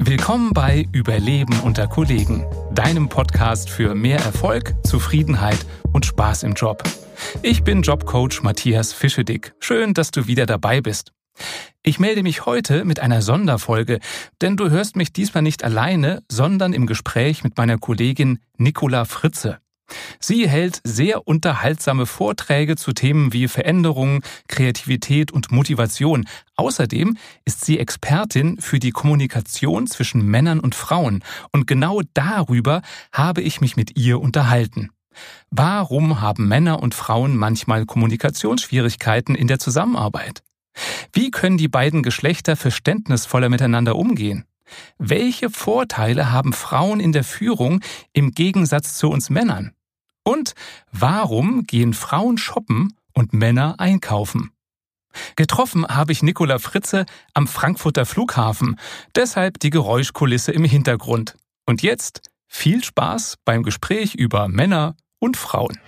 Willkommen bei Überleben unter Kollegen, deinem Podcast für mehr Erfolg, Zufriedenheit und Spaß im Job. Ich bin Jobcoach Matthias Fischedick. Schön, dass du wieder dabei bist. Ich melde mich heute mit einer Sonderfolge, denn du hörst mich diesmal nicht alleine, sondern im Gespräch mit meiner Kollegin Nicola Fritze. Sie hält sehr unterhaltsame Vorträge zu Themen wie Veränderung, Kreativität und Motivation. Außerdem ist sie Expertin für die Kommunikation zwischen Männern und Frauen. Und genau darüber habe ich mich mit ihr unterhalten. Warum haben Männer und Frauen manchmal Kommunikationsschwierigkeiten in der Zusammenarbeit? Wie können die beiden Geschlechter verständnisvoller miteinander umgehen? Welche Vorteile haben Frauen in der Führung im Gegensatz zu uns Männern? Und warum gehen Frauen shoppen und Männer einkaufen? Getroffen habe ich Nicola Fritze am Frankfurter Flughafen, deshalb die Geräuschkulisse im Hintergrund. Und jetzt viel Spaß beim Gespräch über Männer und Frauen.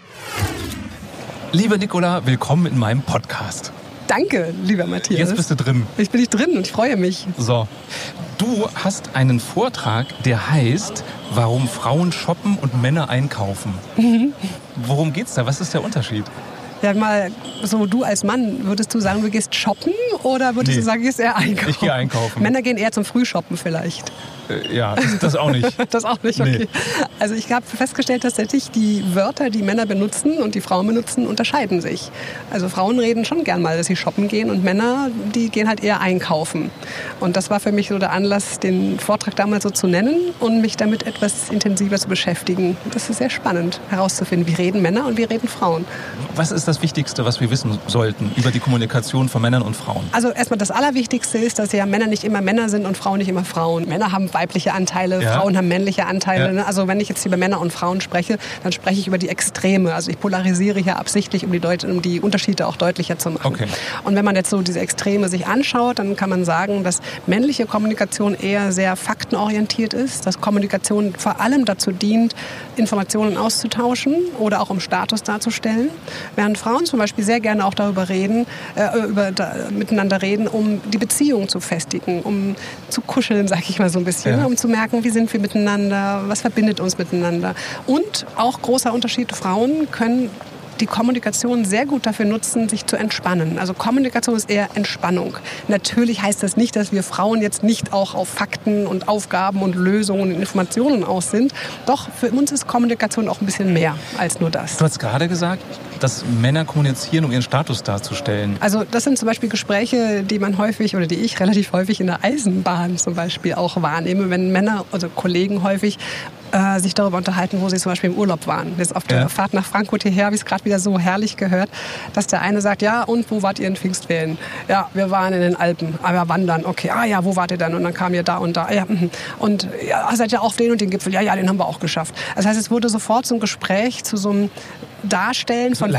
Liebe Nicola, willkommen in meinem Podcast. Danke, lieber Matthias. Jetzt bist du drin. Jetzt bin ich drin und ich freue mich. So, du hast einen Vortrag, der heißt, warum Frauen shoppen und Männer einkaufen. Worum geht's da? Was ist der Unterschied? Ja, mal so, du als Mann, würdest du sagen, du gehst shoppen oder würdest du sagen, du gehst eher einkaufen? Ich gehe einkaufen. Männer gehen eher zum Frühshoppen vielleicht. Ja, das auch nicht. Das auch nicht, okay. Nee. Also ich habe festgestellt, dass tatsächlich die Wörter, die Männer benutzen und die Frauen benutzen, unterscheiden sich. Also Frauen reden schon gern mal, dass sie shoppen gehen und Männer, die gehen halt eher einkaufen. Und das war für mich so der Anlass, den Vortrag damals so zu nennen und mich damit etwas intensiver zu beschäftigen. Das ist sehr spannend herauszufinden, wie reden Männer und wie reden Frauen. Was ist das Wichtigste, was wir wissen sollten über die Kommunikation von Männern und Frauen? Also erstmal das Allerwichtigste ist, dass ja Männer nicht immer Männer sind und Frauen nicht immer Frauen. Männer haben weibliche Anteile, ja. Frauen haben männliche Anteile. Ja. Also wenn ich jetzt über Männer und Frauen spreche, dann spreche ich über die Extreme. Also ich polarisiere hier absichtlich, um die Unterschiede auch deutlicher zu machen. Okay. Und wenn man jetzt so diese Extreme sich anschaut, dann kann man sagen, dass männliche Kommunikation eher sehr faktenorientiert ist, dass Kommunikation vor allem dazu dient, Informationen auszutauschen oder auch um Status darzustellen, während Frauen zum Beispiel sehr gerne auch darüber reden, miteinander reden, um die Beziehung zu festigen, um zu kuscheln, sag ich mal so ein bisschen, um zu merken, wie sind wir miteinander, was verbindet uns miteinander. Und auch großer Unterschied, Frauen können die Kommunikation sehr gut dafür nutzen, sich zu entspannen. Also Kommunikation ist eher Entspannung. Natürlich heißt das nicht, dass wir Frauen jetzt nicht auch auf Fakten und Aufgaben und Lösungen und Informationen aus sind. Doch für uns ist Kommunikation auch ein bisschen mehr als nur das. Du hast gerade gesagt, dass Männer kommunizieren, um ihren Status darzustellen. Also das sind zum Beispiel Gespräche, die man häufig oder die ich relativ häufig in der Eisenbahn zum Beispiel auch wahrnehme, wenn Männer, also Kollegen häufig, sich darüber unterhalten, wo sie zum Beispiel im Urlaub waren. Jetzt auf der Fahrt nach Frankfurt hierher habe ich es gerade wieder so herrlich gehört, dass der eine sagt, ja, und wo wart ihr in Pfingstferien? Ja, wir waren in den Alpen, aber wandern, okay, ja, wo wart ihr dann? Und dann kam ihr da und da, ja, und ja, seid ihr auf den und den Gipfel? Ja, den haben wir auch geschafft. Das heißt, es wurde sofort so ein Gespräch zu so einem Darstellen von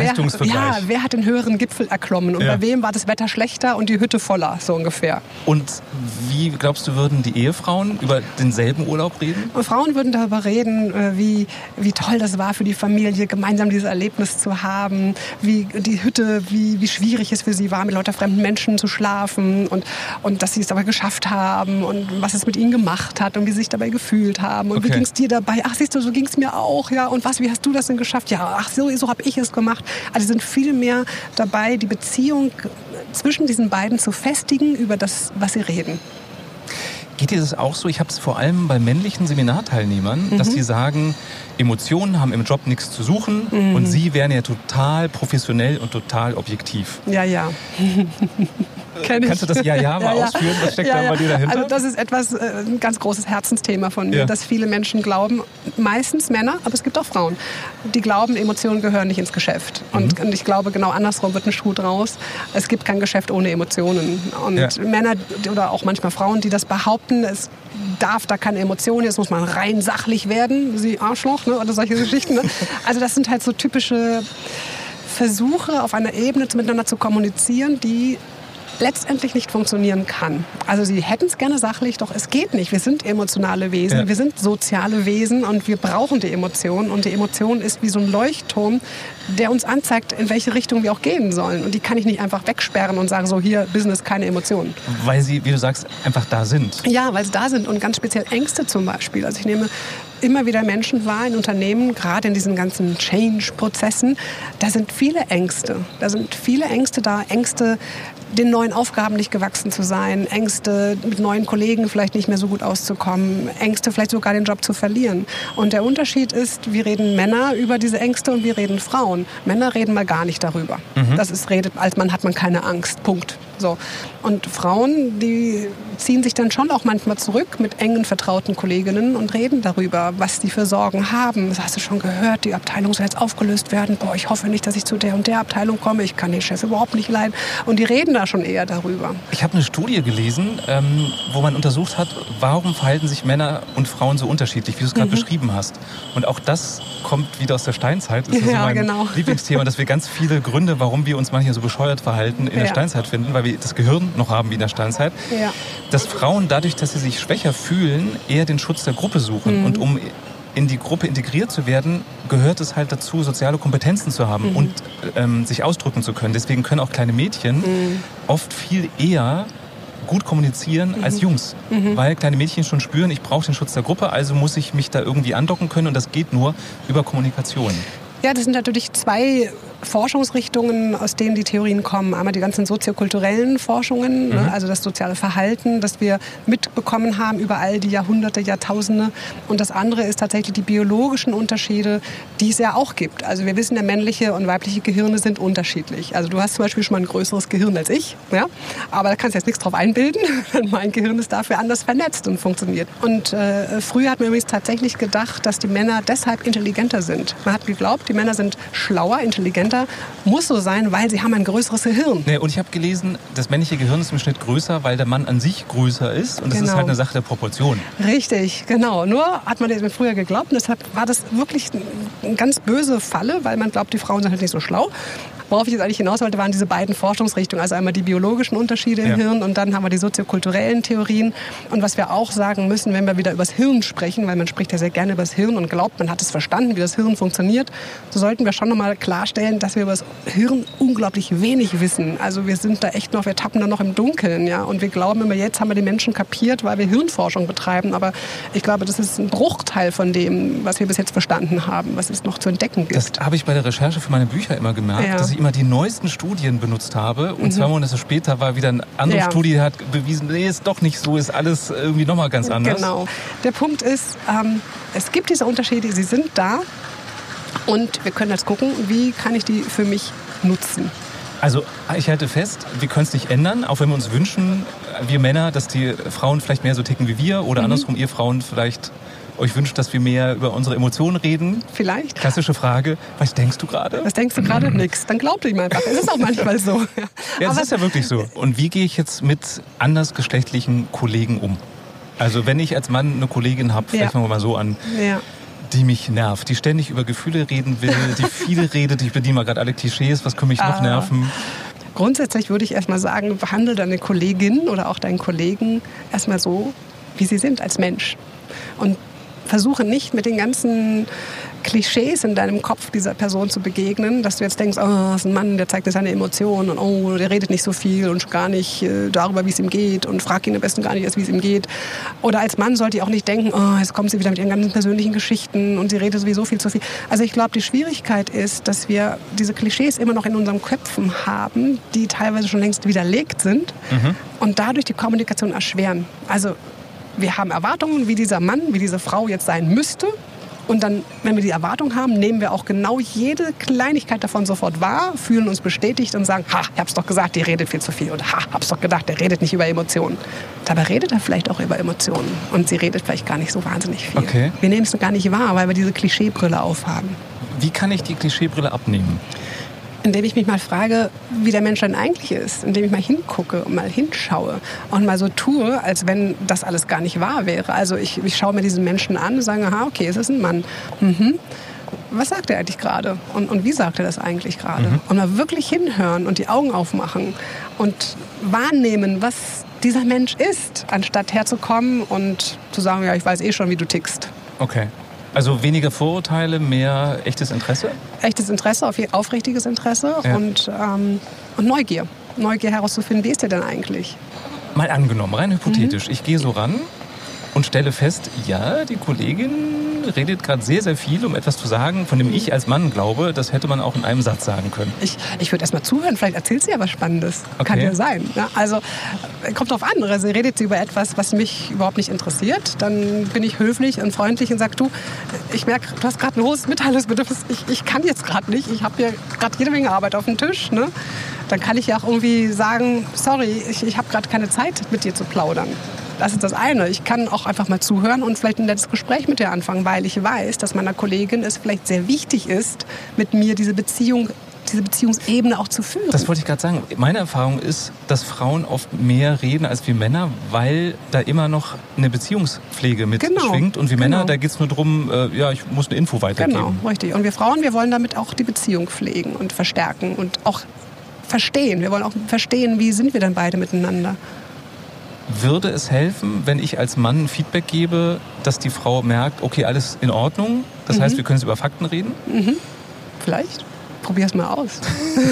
wer hat den höheren Gipfel erklommen und bei wem war das Wetter schlechter und die Hütte voller, so ungefähr. Und wie, glaubst du, würden die Ehefrauen über denselben Urlaub reden? Und Frauen würden darüber reden, wie toll das war für die Familie, gemeinsam dieses Erlebnis zu haben, wie die Hütte, wie schwierig es für sie war, mit lauter fremden Menschen zu schlafen und dass sie es dabei geschafft haben und was es mit ihnen gemacht hat und wie sie sich dabei gefühlt haben und wie ging es dir dabei? Ach, siehst du, so ging es mir auch, ja, und wie hast du das denn geschafft? Ja, ach, so habe ich es gemacht. Also sind viel mehr dabei, die Beziehung zwischen diesen beiden zu festigen über das, was sie reden. Geht dir das auch so? Ich habe es vor allem bei männlichen Seminarteilnehmern, dass die sagen, Emotionen haben im Job nichts zu suchen und sie wären ja total professionell und total objektiv. Ja. Kannst du das mal ausführen? Was steckt da bei dir dahinter? Also das ist ein ganz großes Herzensthema von mir, dass viele Menschen glauben, meistens Männer, aber es gibt auch Frauen, die glauben, Emotionen gehören nicht ins Geschäft. Und ich glaube, genau andersrum wird ein Schuh draus. Es gibt kein Geschäft ohne Emotionen. Und Männer oder auch manchmal Frauen, die das behaupten, es darf da keine Emotionen, jetzt muss man rein sachlich werden, sie Arschloch, ne? Oder solche Geschichten. Ne? Also das sind halt so typische Versuche, auf einer Ebene miteinander zu kommunizieren, die letztendlich nicht funktionieren kann. Also sie hätten es gerne sachlich, doch es geht nicht. Wir sind emotionale Wesen, wir sind soziale Wesen und wir brauchen die Emotion. Und die Emotion ist wie so ein Leuchtturm, der uns anzeigt, in welche Richtung wir auch gehen sollen. Und die kann ich nicht einfach wegsperren und sagen, so hier, Business, keine Emotionen. Weil sie, wie du sagst, einfach da sind. Ja, weil sie da sind und ganz speziell Ängste zum Beispiel. Also ich nehme immer wieder Menschen wahr in Unternehmen, gerade in diesen ganzen Change-Prozessen. Da sind viele Ängste. Da sind viele Ängste da. Ängste, den neuen Aufgaben nicht gewachsen zu sein. Ängste, mit neuen Kollegen vielleicht nicht mehr so gut auszukommen. Ängste, vielleicht sogar den Job zu verlieren. Und der Unterschied ist, wir reden Männer über diese Ängste und wir reden Frauen. Männer reden mal gar nicht darüber. Das ist, als Mann hat man keine Angst. Punkt. So. Und Frauen, die ziehen sich dann schon auch manchmal zurück mit engen, vertrauten Kolleginnen und reden darüber, was die für Sorgen haben. Das hast du schon gehört, die Abteilung soll jetzt aufgelöst werden. Boah, ich hoffe nicht, dass ich zu der und der Abteilung komme. Ich kann den Chef überhaupt nicht leiden. Und die reden da schon eher darüber. Ich habe eine Studie gelesen, wo man untersucht hat, warum verhalten sich Männer und Frauen so unterschiedlich, wie du es gerade beschrieben hast. Und auch das kommt wieder aus der Steinzeit. Das ist so mein Lieblingsthema, dass wir ganz viele Gründe, warum wir uns manchmal so bescheuert verhalten, in der Steinzeit finden, weil wir das Gehirn noch haben wie in der Steinzeit. Ja. Dass Frauen dadurch, dass sie sich schwächer fühlen, eher den Schutz der Gruppe suchen. Und um in die Gruppe integriert zu werden, gehört es halt dazu, soziale Kompetenzen zu haben und sich ausdrücken zu können. Deswegen können auch kleine Mädchen oft viel eher gut kommunizieren als Jungs. Weil kleine Mädchen schon spüren, ich brauche den Schutz der Gruppe, also muss ich mich da irgendwie andocken können und das geht nur über Kommunikation. Ja, das sind natürlich zwei Forschungsrichtungen, aus denen die Theorien kommen. Einmal die ganzen soziokulturellen Forschungen, also das soziale Verhalten, das wir mitbekommen haben über all die Jahrhunderte, Jahrtausende. Und das andere ist tatsächlich die biologischen Unterschiede, die es ja auch gibt. Also wir wissen ja, männliche und weibliche Gehirne sind unterschiedlich. Also du hast zum Beispiel schon mal ein größeres Gehirn als ich, ja? Aber da kannst du jetzt nichts drauf einbilden. Mein Gehirn ist dafür anders vernetzt und funktioniert. Und früher hat man übrigens tatsächlich gedacht, dass die Männer deshalb intelligenter sind. Man hat geglaubt, die Männer sind schlauer, intelligenter, muss so sein, weil sie haben ein größeres Gehirn. Nee, und ich habe gelesen, das männliche Gehirn ist im Schnitt größer, weil der Mann an sich größer ist. Und das ist halt eine Sache der Proportion. Richtig, genau. Nur hat man das früher geglaubt. Und deshalb war das wirklich eine ganz böse Falle, weil man glaubt, die Frauen sind halt nicht so schlau. Worauf ich jetzt eigentlich hinaus wollte, waren diese beiden Forschungsrichtungen. Also einmal die biologischen Unterschiede im Hirn und dann haben wir die soziokulturellen Theorien. Und was wir auch sagen müssen, wenn wir wieder über das Hirn sprechen, weil man spricht ja sehr gerne über das Hirn und glaubt, man hat es verstanden, wie das Hirn funktioniert, so sollten wir schon nochmal klarstellen, dass wir über das Hirn unglaublich wenig wissen. Also wir sind da echt noch, wir tappen da noch im Dunkeln. Ja? Und wir glauben immer, jetzt haben wir die Menschen kapiert, weil wir Hirnforschung betreiben. Aber ich glaube, das ist ein Bruchteil von dem, was wir bis jetzt verstanden haben, was es noch zu entdecken gibt. Das habe ich bei der Recherche für meine Bücher immer gemerkt, dass ich immer die neuesten Studien benutzt habe und 2 Monate später war wieder eine andere Studie, die hat bewiesen, nee, ist doch nicht so, ist alles irgendwie nochmal ganz anders. Genau. Der Punkt ist, es gibt diese Unterschiede, sie sind da und wir können jetzt gucken, wie kann ich die für mich nutzen. Also ich halte fest, wir können es nicht ändern, auch wenn wir uns wünschen, wir Männer, dass die Frauen vielleicht mehr so ticken wie wir oder andersrum, ihr Frauen vielleicht euch wünscht, dass wir mehr über unsere Emotionen reden? Vielleicht. Klassische Frage. Was denkst du gerade? Was denkst du gerade? Nix. Dann glaub ich mal einfach. Es ist auch manchmal so. Ja, es ist ja wirklich so. Und wie gehe ich jetzt mit andersgeschlechtlichen Kollegen um? Also wenn ich als Mann eine Kollegin habe, vielleicht fangen wir mal so an, die mich nervt, die ständig über Gefühle reden will, die viel redet, ich bediene mal gerade alle Klischees, was kann mich noch nerven? Grundsätzlich würde ich erstmal sagen, behandle deine Kollegin oder auch deinen Kollegen erstmal so, wie sie sind als Mensch. Und versuche nicht mit den ganzen Klischees in deinem Kopf dieser Person zu begegnen, dass du jetzt denkst, oh, das ist ein Mann, der zeigt dir seine Emotionen und oh, der redet nicht so viel und gar nicht darüber, wie es ihm geht und frag ihn am besten gar nicht erst, wie es ihm geht. Oder als Mann sollte ich auch nicht denken, oh, jetzt kommt sie wieder mit ihren ganzen persönlichen Geschichten und sie redet sowieso viel zu viel. Also ich glaube, die Schwierigkeit ist, dass wir diese Klischees immer noch in unseren Köpfen haben, die teilweise schon längst widerlegt sind und dadurch die Kommunikation erschweren. Also wir haben Erwartungen, wie dieser Mann, wie diese Frau jetzt sein müsste. Und dann, wenn wir die Erwartung haben, nehmen wir auch genau jede Kleinigkeit davon sofort wahr, fühlen uns bestätigt und sagen, ha, ich hab's doch gesagt, die redet viel zu viel. Oder ha, hab's doch gedacht, der redet nicht über Emotionen. Dabei redet er vielleicht auch über Emotionen. Und sie redet vielleicht gar nicht so wahnsinnig viel. Okay. Wir nehmen es gar nicht wahr, weil wir diese Klischeebrille aufhaben. Wie kann ich die Klischeebrille abnehmen? Indem ich mich mal frage, wie der Mensch dann eigentlich ist. Indem ich mal hingucke und mal hinschaue und mal so tue, als wenn das alles gar nicht wahr wäre. Also ich schaue mir diesen Menschen an und sage, aha, okay, es ist ein Mann. was sagt er eigentlich gerade? Und wie sagt er das eigentlich gerade? Und mal wirklich hinhören und die Augen aufmachen und wahrnehmen, was dieser Mensch ist, anstatt herzukommen und zu sagen, ja, ich weiß eh schon, wie du tickst. Okay. Also weniger Vorurteile, mehr echtes Interesse? Echtes Interesse, aufrichtiges Interesse und Neugier. Neugier herauszufinden, wie ist der denn eigentlich? Mal angenommen, rein hypothetisch. Ich gehe so ran und stelle fest, ja, die Kollegin redet gerade sehr, sehr viel, um etwas zu sagen, von dem ich als Mann glaube, das hätte man auch in einem Satz sagen können. Ich würde erst mal zuhören, vielleicht erzählt sie ja was Spannendes. Okay. Kann ja sein. Ja, also kommt drauf an. Also redet sie über etwas, was mich überhaupt nicht interessiert, dann bin ich höflich und freundlich und sage, du, ich merke, du hast gerade ein hohes Mitteilungsbedürfnis, ich kann jetzt gerade nicht, ich habe hier gerade jede Menge Arbeit auf dem Tisch. Ne? Dann kann ich ja auch irgendwie sagen, sorry, ich habe gerade keine Zeit, mit dir zu plaudern. Das ist das eine. Ich kann auch einfach mal zuhören und vielleicht ein nettes Gespräch mit dir anfangen, weil ich weiß, dass meiner Kollegin es vielleicht sehr wichtig ist, mit mir diese Beziehungsebene auch zu führen. Das wollte ich gerade sagen. Meine Erfahrung ist, dass Frauen oft mehr reden als wir Männer, weil da immer noch eine Beziehungspflege mitschwingt. Und wir Männer, da geht es nur darum, ja, ich muss eine Info weitergeben. Genau, richtig. Und wir Frauen, wir wollen damit auch die Beziehung pflegen und verstärken und auch verstehen. Wir wollen auch verstehen, wie sind wir denn beide miteinander. Würde es helfen, wenn ich als Mann Feedback gebe, dass die Frau merkt, okay, alles in Ordnung? Das heißt, wir können jetzt über Fakten reden? Vielleicht. Probier's mal aus.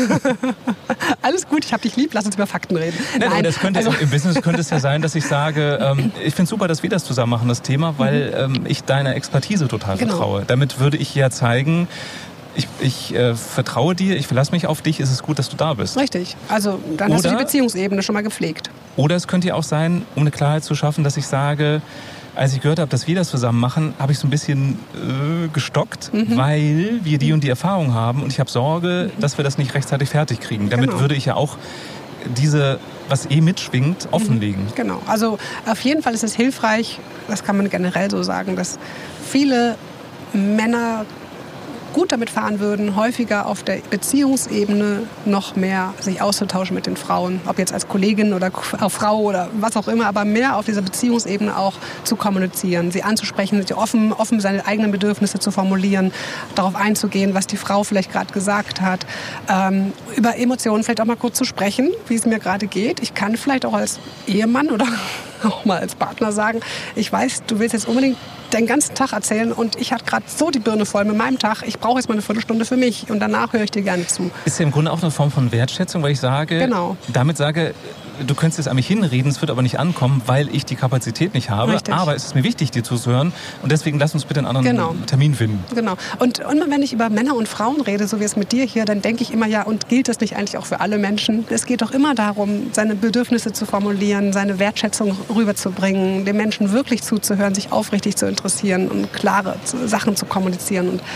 Alles gut, ich hab dich lieb, lass uns über Fakten reden. Nein, das könnte, im Business könnte es ja sein, dass ich sage, ich finde es super, dass wir das zusammen machen, das Thema, weil ich deiner Expertise total vertraue. Damit würde ich ja zeigen, ich vertraue dir, ich verlasse mich auf dich, ist es gut, dass du da bist. Richtig, also dann hast du die Beziehungsebene schon mal gepflegt. Oder es könnte ja auch sein, um eine Klarheit zu schaffen, dass ich sage, als ich gehört habe, dass wir das zusammen machen, habe ich so ein bisschen gestockt, weil wir die und die Erfahrung haben und ich habe Sorge, dass wir das nicht rechtzeitig fertig kriegen. Damit würde ich ja auch diese, was mitschwingt, offenlegen. Genau, also auf jeden Fall ist es hilfreich, das kann man generell so sagen, dass viele Männer gut damit fahren würden, häufiger auf der Beziehungsebene noch mehr sich auszutauschen mit den Frauen. Ob jetzt als Kollegin oder auch Frau oder was auch immer, aber mehr auf dieser Beziehungsebene auch zu kommunizieren, sie anzusprechen, offen seine eigenen Bedürfnisse zu formulieren, darauf einzugehen, was die Frau vielleicht gerade gesagt hat, über Emotionen vielleicht auch mal kurz zu sprechen, wie es mir gerade geht. Ich kann vielleicht auch als Ehemann oder auch mal als Partner sagen, ich weiß, du willst jetzt unbedingt den ganzen Tag erzählen und ich hatte gerade so die Birne voll mit meinem Tag, ich brauche jetzt mal eine Viertelstunde für mich und danach höre ich dir gerne zu. Ist ja im Grunde auch eine Form von Wertschätzung, weil ich sage, damit sage, du könntest jetzt an mich hinreden, es wird aber nicht ankommen, weil ich die Kapazität nicht habe. Richtig. Aber es ist mir wichtig, dir zuzuhören und deswegen lass uns bitte einen anderen Termin finden. Genau. Und immer wenn ich über Männer und Frauen rede, so wie es mit dir hier, dann denke ich immer, ja, und gilt das nicht eigentlich auch für alle Menschen? Es geht doch immer darum, seine Bedürfnisse zu formulieren, seine Wertschätzung rüberzubringen, den Menschen wirklich zuzuhören, sich aufrichtig zu interessieren und klare Sachen zu kommunizieren. Und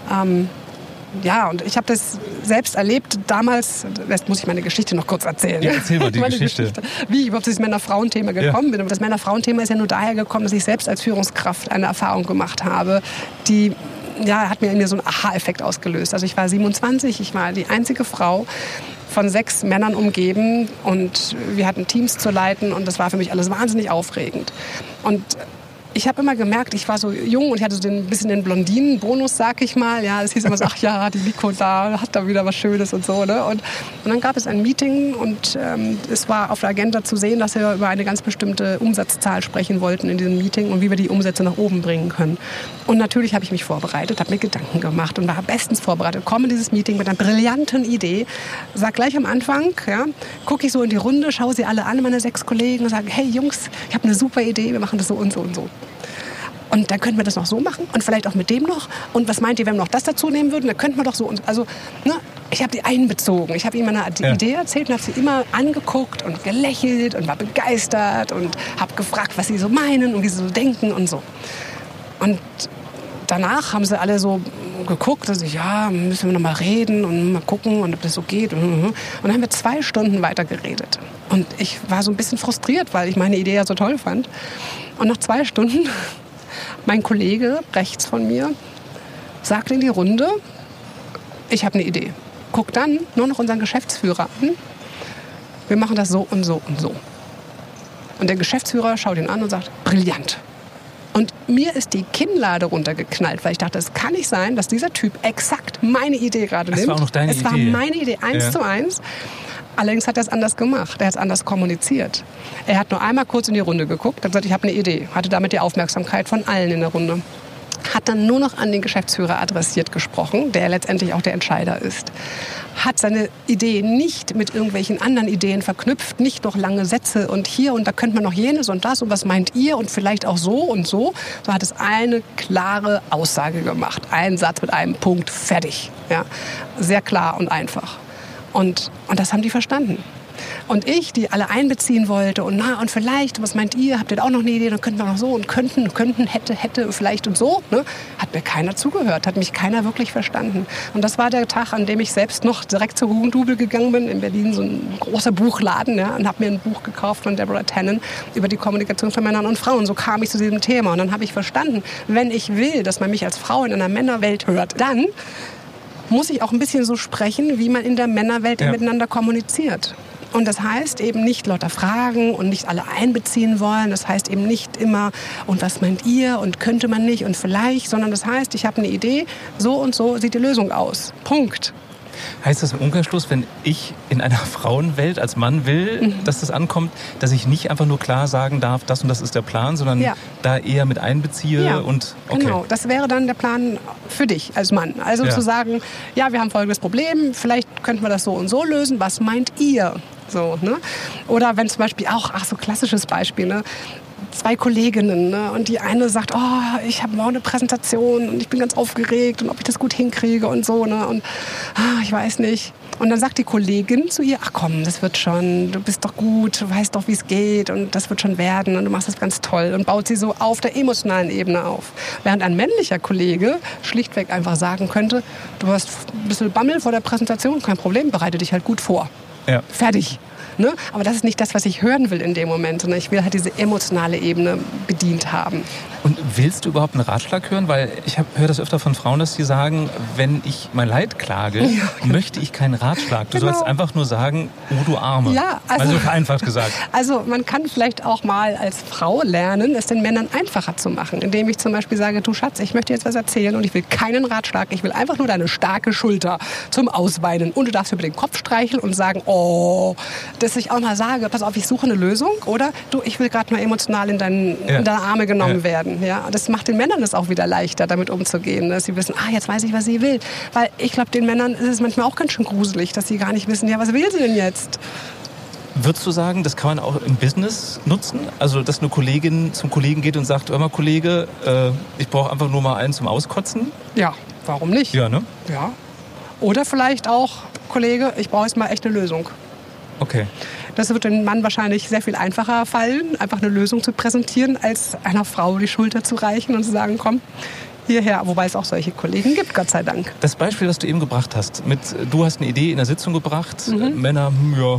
und ich habe das selbst erlebt damals, jetzt muss ich meine Geschichte noch kurz erzählen. Ja, erzähl mal die Geschichte. Wie ich überhaupt zu diesem Männer-Frauen-Thema gekommen bin. Und das Männer-Frauen-Thema ist ja nur daher gekommen, dass ich selbst als Führungskraft eine Erfahrung gemacht habe, die hat mir in mir so einen Aha-Effekt ausgelöst. Also ich war 27, ich war die einzige Frau von 6 Männern umgeben und wir hatten Teams zu leiten und das war für mich alles wahnsinnig aufregend. Und ich habe immer gemerkt, ich war so jung und ich hatte so ein bisschen den Blondinen-Bonus, sag ich mal. Ja, es hieß immer so, ach ja, die Nico da hat da wieder was Schönes und so. Ne? Und dann gab es ein Meeting und es war auf der Agenda zu sehen, dass wir über eine ganz bestimmte Umsatzzahl sprechen wollten in diesem Meeting und wie wir die Umsätze nach oben bringen können. Und natürlich habe ich mich vorbereitet, habe mir Gedanken gemacht und war bestens vorbereitet. Komme in dieses Meeting mit einer brillanten Idee, sag gleich am Anfang, gucke ich so in die Runde, schaue sie alle an, meine 6 Kollegen und sage, hey Jungs, ich habe eine super Idee, wir machen das so und so und so. Und dann könnten wir das noch so machen und vielleicht auch mit dem noch. Und was meint ihr, wenn wir noch das dazu nehmen würden? Dann könnten wir doch so. Also, ich habe die einbezogen. Ich habe ihm meine Idee erzählt und habe sie immer angeguckt und gelächelt und war begeistert und habe gefragt, was sie so meinen und wie sie so denken und so. Und danach haben sie alle so geguckt, also müssen wir noch mal reden und mal gucken und ob das so geht. Und dann haben wir 2 Stunden weiter geredet. Und ich war so ein bisschen frustriert, weil ich meine Idee ja so toll fand. Und nach 2 Stunden, mein Kollege rechts von mir sagt in die Runde, ich habe eine Idee. Guckt dann nur noch unseren Geschäftsführer an. Wir machen das so und so und so. Und der Geschäftsführer schaut ihn an und sagt, brillant. Und mir ist die Kinnlade runtergeknallt, weil ich dachte, es kann nicht sein, dass dieser Typ exakt meine Idee gerade nimmt. Das war auch noch deine Idee. Es war meine Idee, 1:1. Allerdings hat er es anders gemacht. Er hat es anders kommuniziert. Er hat nur einmal kurz in die Runde geguckt, hat gesagt, ich habe eine Idee. Hatte damit die Aufmerksamkeit von allen in der Runde. Hat dann nur noch an den Geschäftsführer adressiert gesprochen, der letztendlich auch der Entscheider ist. Hat seine Idee nicht mit irgendwelchen anderen Ideen verknüpft, nicht noch lange Sätze und hier und da könnte man noch jenes und das und was meint ihr und vielleicht auch so und so. So hat es eine klare Aussage gemacht. Ein Satz mit einem Punkt, fertig. Ja, sehr klar und einfach. Und das haben die verstanden. Und ich, die alle einbeziehen wollte und vielleicht, was meint ihr, habt ihr da auch noch eine Idee, dann könnten wir noch so und könnten, hätte, vielleicht und so, ne? Hat mir keiner zugehört, hat mich keiner wirklich verstanden. Und das war der Tag, an dem ich selbst noch direkt zur Hugendubel gegangen bin, in Berlin, so ein großer Buchladen, ja, und habe mir ein Buch gekauft von Deborah Tannen über die Kommunikation von Männern und Frauen. So kam ich zu diesem Thema und dann habe ich verstanden, wenn ich will, dass man mich als Frau in einer Männerwelt hört, dann muss ich auch ein bisschen so sprechen, wie man in der Männerwelt miteinander kommuniziert. Und das heißt eben nicht lauter fragen und nicht alle einbeziehen wollen. Das heißt eben nicht immer, und was meint ihr und könnte man nicht und vielleicht, sondern das heißt, ich habe eine Idee, so und so sieht die Lösung aus. Punkt. Heißt das im Umkehrschluss, wenn ich in einer Frauenwelt als Mann will, dass das ankommt, dass ich nicht einfach nur klar sagen darf, das und das ist der Plan, sondern da eher mit einbeziehe und okay. Genau, das wäre dann der Plan für dich als Mann. Also zu sagen, ja, wir haben folgendes Problem, vielleicht könnten wir das so und so lösen, was meint ihr? So, ne? Oder wenn zum Beispiel auch, so klassisches Beispiel, ne? 2 Kolleginnen, ne? Und die eine sagt, ich habe morgen eine Präsentation und ich bin ganz aufgeregt und ob ich das gut hinkriege und so, ne? Und ich weiß nicht. Und dann sagt die Kollegin zu ihr, ach komm, das wird schon, du bist doch gut, du weißt doch, wie es geht und das wird schon werden und du machst das ganz toll und baut sie so auf der emotionalen Ebene auf. Während ein männlicher Kollege schlichtweg einfach sagen könnte, du hast ein bisschen Bammel vor der Präsentation, kein Problem, bereite dich halt gut vor. Ja. Fertig. Ne? Aber das ist nicht das, was ich hören will in dem Moment, sondern ich will halt diese emotionale Ebene bedient haben. Und willst du überhaupt einen Ratschlag hören? Weil ich höre das öfter von Frauen, dass sie sagen, wenn ich mein Leid klage, möchte ich keinen Ratschlag. Du sollst einfach nur sagen, du Arme. Ja, also vereinfacht gesagt. Also man kann vielleicht auch mal als Frau lernen, es den Männern einfacher zu machen. Indem ich zum Beispiel sage, du Schatz, ich möchte dir jetzt was erzählen und ich will keinen Ratschlag. Ich will einfach nur deine starke Schulter zum Ausweinen. Und du darfst über den Kopf streicheln und sagen, dass ich auch mal sage, pass auf, ich suche eine Lösung. Oder du, ich will gerade mal emotional in deine Arme genommen werden. Ja, das macht den Männern es auch wieder leichter, damit umzugehen, dass sie wissen, jetzt weiß ich, was sie will. Weil ich glaube, den Männern ist es manchmal auch ganz schön gruselig, dass sie gar nicht wissen, was will sie denn jetzt? Würdest du sagen, das kann man auch im Business nutzen? Also, dass eine Kollegin zum Kollegen geht und sagt, hör mal Kollege, ich brauche einfach nur mal einen zum Auskotzen? Ja, warum nicht? Ja, ne? Ja. Oder vielleicht auch, Kollege, ich brauche jetzt mal echt eine Lösung. Okay. Das wird dem Mann wahrscheinlich sehr viel einfacher fallen, einfach eine Lösung zu präsentieren, als einer Frau die Schulter zu reichen und zu sagen, komm, hierher. Wobei es auch solche Kollegen gibt, Gott sei Dank. Das Beispiel, das du eben gebracht hast, du hast eine Idee in der Sitzung gebracht, Männer,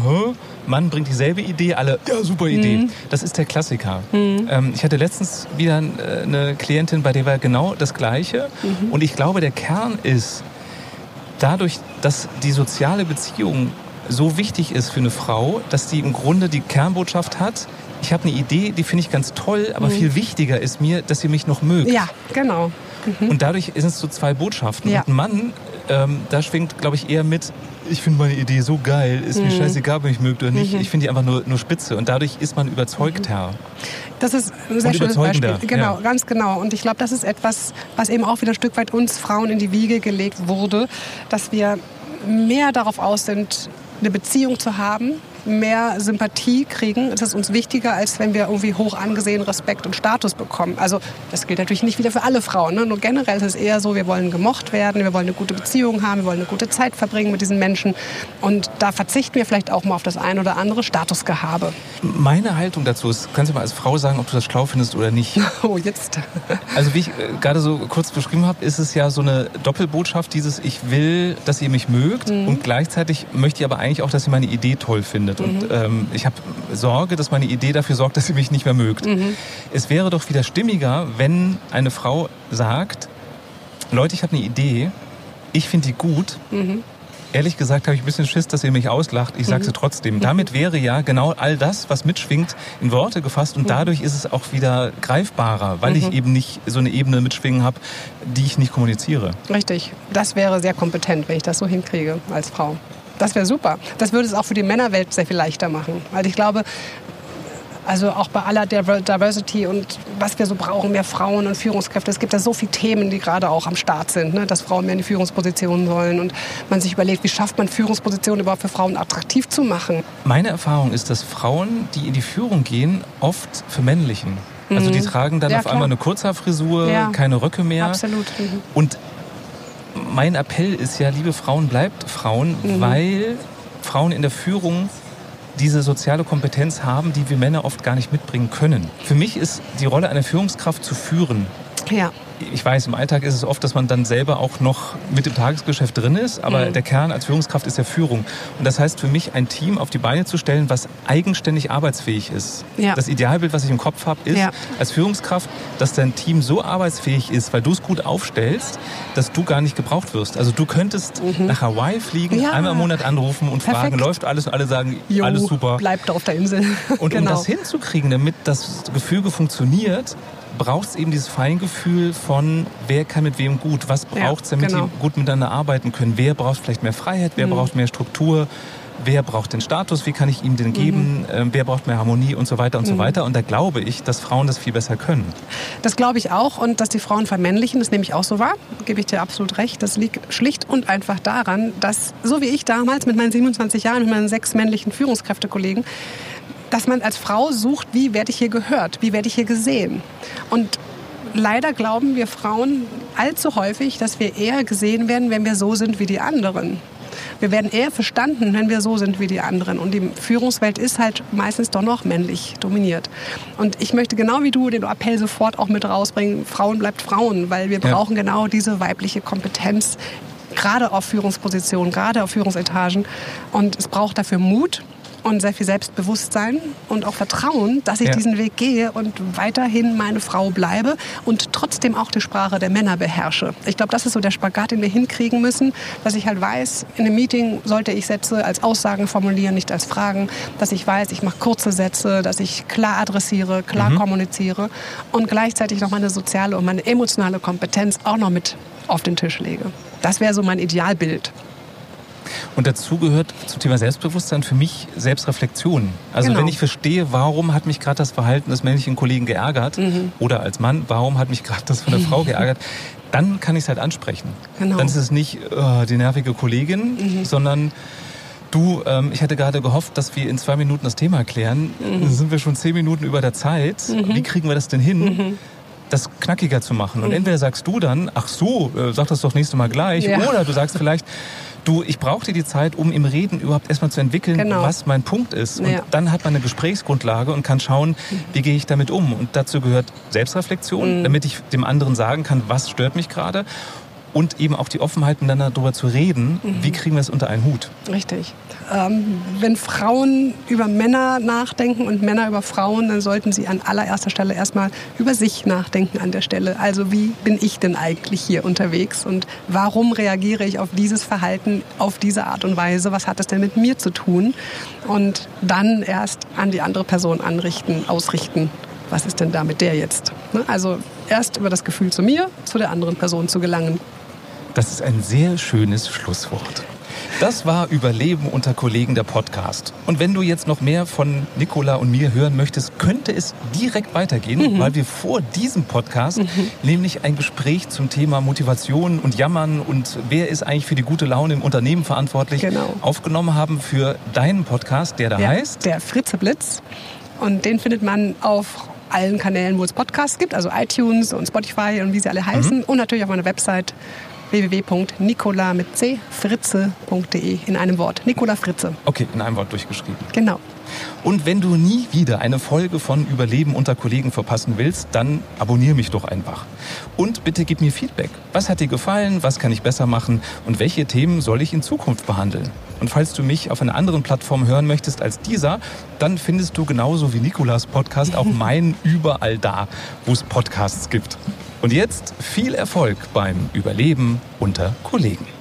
Mann bringt dieselbe Idee, alle, super Idee. Das ist der Klassiker. Ich hatte letztens wieder eine Klientin, bei der war genau das Gleiche. Und ich glaube, der Kern ist, dadurch, dass die soziale Beziehung so wichtig ist für eine Frau, dass die im Grunde die Kernbotschaft hat, ich habe eine Idee, die finde ich ganz toll, aber viel wichtiger ist mir, dass ihr mich noch mögt. Ja, genau. Und dadurch sind es so 2 Botschaften. Ja. Und ein Mann, da schwingt, glaube ich, eher mit, ich finde meine Idee so geil, ist mir scheißegal, ob ihr mich mögt oder nicht. Ich finde die einfach nur spitze und dadurch ist man überzeugter. Das ist ein sehr schönes Beispiel. Genau, ganz genau. Und ich glaube, das ist etwas, was eben auch wieder ein Stück weit uns Frauen in die Wiege gelegt wurde, dass wir mehr darauf aus sind, eine Beziehung zu haben, mehr Sympathie kriegen. Das ist uns wichtiger, als wenn wir irgendwie hoch angesehen Respekt und Status bekommen. Also das gilt natürlich nicht wieder für alle Frauen. Ne? Nur generell ist es eher so, wir wollen gemocht werden, wir wollen eine gute Beziehung haben, wir wollen eine gute Zeit verbringen mit diesen Menschen. Und da verzichten wir vielleicht auch mal auf das ein oder andere Statusgehabe. Meine Haltung dazu ist, kannst du mal als Frau sagen, ob du das schlau findest oder nicht? Oh, jetzt. Also wie ich gerade so kurz beschrieben habe, ist es ja so eine Doppelbotschaft, dieses ich will, dass ihr mich mögt und gleichzeitig möchte ich aber eigentlich auch, dass ihr meine Idee toll findet. Und ich habe Sorge, dass meine Idee dafür sorgt, dass sie mich nicht mehr mögt. Es wäre doch wieder stimmiger, wenn eine Frau sagt, Leute, ich habe eine Idee, ich finde die gut, Ehrlich gesagt habe ich ein bisschen Schiss, dass ihr mich auslacht. Ich sage es trotzdem. Damit wäre ja genau all das, was mitschwingt, in Worte gefasst. Und dadurch ist es auch wieder greifbarer, weil ich eben nicht so eine Ebene mitschwingen habe, die ich nicht kommuniziere. Richtig. Das wäre sehr kompetent, wenn ich das so hinkriege als Frau. Das wäre super. Das würde es auch für die Männerwelt sehr viel leichter machen. Weil ich glaube, also auch bei aller Diversity und was wir so brauchen, mehr Frauen und Führungskräfte. Es gibt ja so viele Themen, die gerade auch am Start sind, ne? Dass Frauen mehr in die Führungspositionen sollen und man sich überlegt, wie schafft man Führungspositionen überhaupt für Frauen attraktiv zu machen. Meine Erfahrung ist, dass Frauen, die in die Führung gehen, oft vermännlichen. Also die tragen dann auf einmal eine Kurzhaarfrisur, keine Röcke mehr. Absolut. Und mein Appell ist ja, liebe Frauen, bleibt Frauen, weil Frauen in der Führung diese soziale Kompetenz haben, die wir Männer oft gar nicht mitbringen können. Für mich ist die Rolle einer Führungskraft zu führen. Ja. Ich weiß, im Alltag ist es oft, dass man dann selber auch noch mit im Tagesgeschäft drin ist, aber der Kern als Führungskraft ist ja Führung. Und das heißt für mich, ein Team auf die Beine zu stellen, was eigenständig arbeitsfähig ist. Ja. Das Idealbild, was ich im Kopf habe, ist als Führungskraft, dass dein Team so arbeitsfähig ist, weil du es gut aufstellst, dass du gar nicht gebraucht wirst. Also du könntest nach Hawaii fliegen, einmal im Monat anrufen und fragen, läuft alles? Und alle sagen, alles super. Bleibt auf der Insel. Und um das hinzukriegen, damit das Gefüge funktioniert, braucht es eben dieses Feingefühl von, wer kann mit wem gut, was braucht es, damit die gut miteinander arbeiten können, wer braucht vielleicht mehr Freiheit, wer braucht mehr Struktur, wer braucht den Status, wie kann ich ihm den geben, wer braucht mehr Harmonie und so weiter und so weiter. Und da glaube ich, dass Frauen das viel besser können. Das glaube ich auch und dass die Frauen vermännlichen, das nehme ich auch so wahr, gebe ich dir absolut recht. Das liegt schlicht und einfach daran, dass, so wie ich damals mit meinen 27 Jahren, mit meinen 6 männlichen Führungskräftekollegen, dass man als Frau sucht, wie werde ich hier gehört, wie werde ich hier gesehen. Und leider glauben wir Frauen allzu häufig, dass wir eher gesehen werden, wenn wir so sind wie die anderen. Wir werden eher verstanden, wenn wir so sind wie die anderen. Und die Führungswelt ist halt meistens doch noch männlich dominiert. Und ich möchte genau wie du den Appell sofort auch mit rausbringen, Frauen bleibt Frauen, weil wir brauchen genau diese weibliche Kompetenz, gerade auf Führungspositionen, gerade auf Führungsetagen. Und es braucht dafür Mut und sehr viel Selbstbewusstsein und auch Vertrauen, dass ich diesen Weg gehe und weiterhin meine Frau bleibe und trotzdem auch die Sprache der Männer beherrsche. Ich glaube, das ist so der Spagat, den wir hinkriegen müssen, dass ich halt weiß, in einem Meeting sollte ich Sätze als Aussagen formulieren, nicht als Fragen, dass ich weiß, ich mache kurze Sätze, dass ich klar adressiere, klar kommuniziere und gleichzeitig noch meine soziale und meine emotionale Kompetenz auch noch mit auf den Tisch lege. Das wäre so mein Idealbild. Und dazu gehört zum Thema Selbstbewusstsein für mich Selbstreflexion. Also wenn ich verstehe, warum hat mich gerade das Verhalten des männlichen Kollegen geärgert oder als Mann, warum hat mich gerade das von der Frau geärgert, dann kann ich es halt ansprechen. Dann ist es nicht die nervige Kollegin, sondern du, ich hatte gerade gehofft, dass wir in 2 Minuten das Thema klären. Dann sind wir schon 10 Minuten über der Zeit. Wie kriegen wir das denn hin? Das knackiger zu machen. Und entweder sagst du dann, ach so, sag das doch nächstes Mal gleich. Oder du sagst vielleicht, du, ich brauchte die Zeit, um im Reden überhaupt erstmal zu entwickeln, was mein Punkt ist. Und dann hat man eine Gesprächsgrundlage und kann schauen, wie gehe ich damit um. Und dazu gehört Selbstreflexion, damit ich dem anderen sagen kann, was stört mich gerade. Und eben auch die Offenheit, miteinander darüber zu reden, wie kriegen wir es unter einen Hut. Richtig. Wenn Frauen über Männer nachdenken und Männer über Frauen, dann sollten sie an allererster Stelle erstmal über sich nachdenken an der Stelle. Also wie bin ich denn eigentlich hier unterwegs und warum reagiere ich auf dieses Verhalten auf diese Art und Weise? Was hat das denn mit mir zu tun? Und dann erst an die andere Person ausrichten. Was ist denn da mit der jetzt? Also erst über das Gefühl zu mir, zu der anderen Person zu gelangen. Das ist ein sehr schönes Schlusswort. Das war Überleben unter Kollegen, der Podcast. Und wenn du jetzt noch mehr von Nicola und mir hören möchtest, könnte es direkt weitergehen, weil wir vor diesem Podcast nämlich ein Gespräch zum Thema Motivation und Jammern und wer ist eigentlich für die gute Laune im Unternehmen verantwortlich, aufgenommen haben für deinen Podcast, der da heißt? Der Fritzeblitz. Und den findet man auf allen Kanälen, wo es Podcasts gibt, also iTunes und Spotify und wie sie alle heißen. Und natürlich auf meiner Website www.nicola.fritze.de in einem Wort. Nicola Fritze. Okay, in einem Wort durchgeschrieben. Genau. Und wenn du nie wieder eine Folge von Überleben unter Kollegen verpassen willst, dann abonniere mich doch einfach. Und bitte gib mir Feedback. Was hat dir gefallen? Was kann ich besser machen? Und welche Themen soll ich in Zukunft behandeln? Und falls du mich auf einer anderen Plattform hören möchtest als dieser, dann findest du genauso wie Nicolas Podcast auch meinen überall da, wo es Podcasts gibt. Und jetzt viel Erfolg beim Überleben unter Kollegen.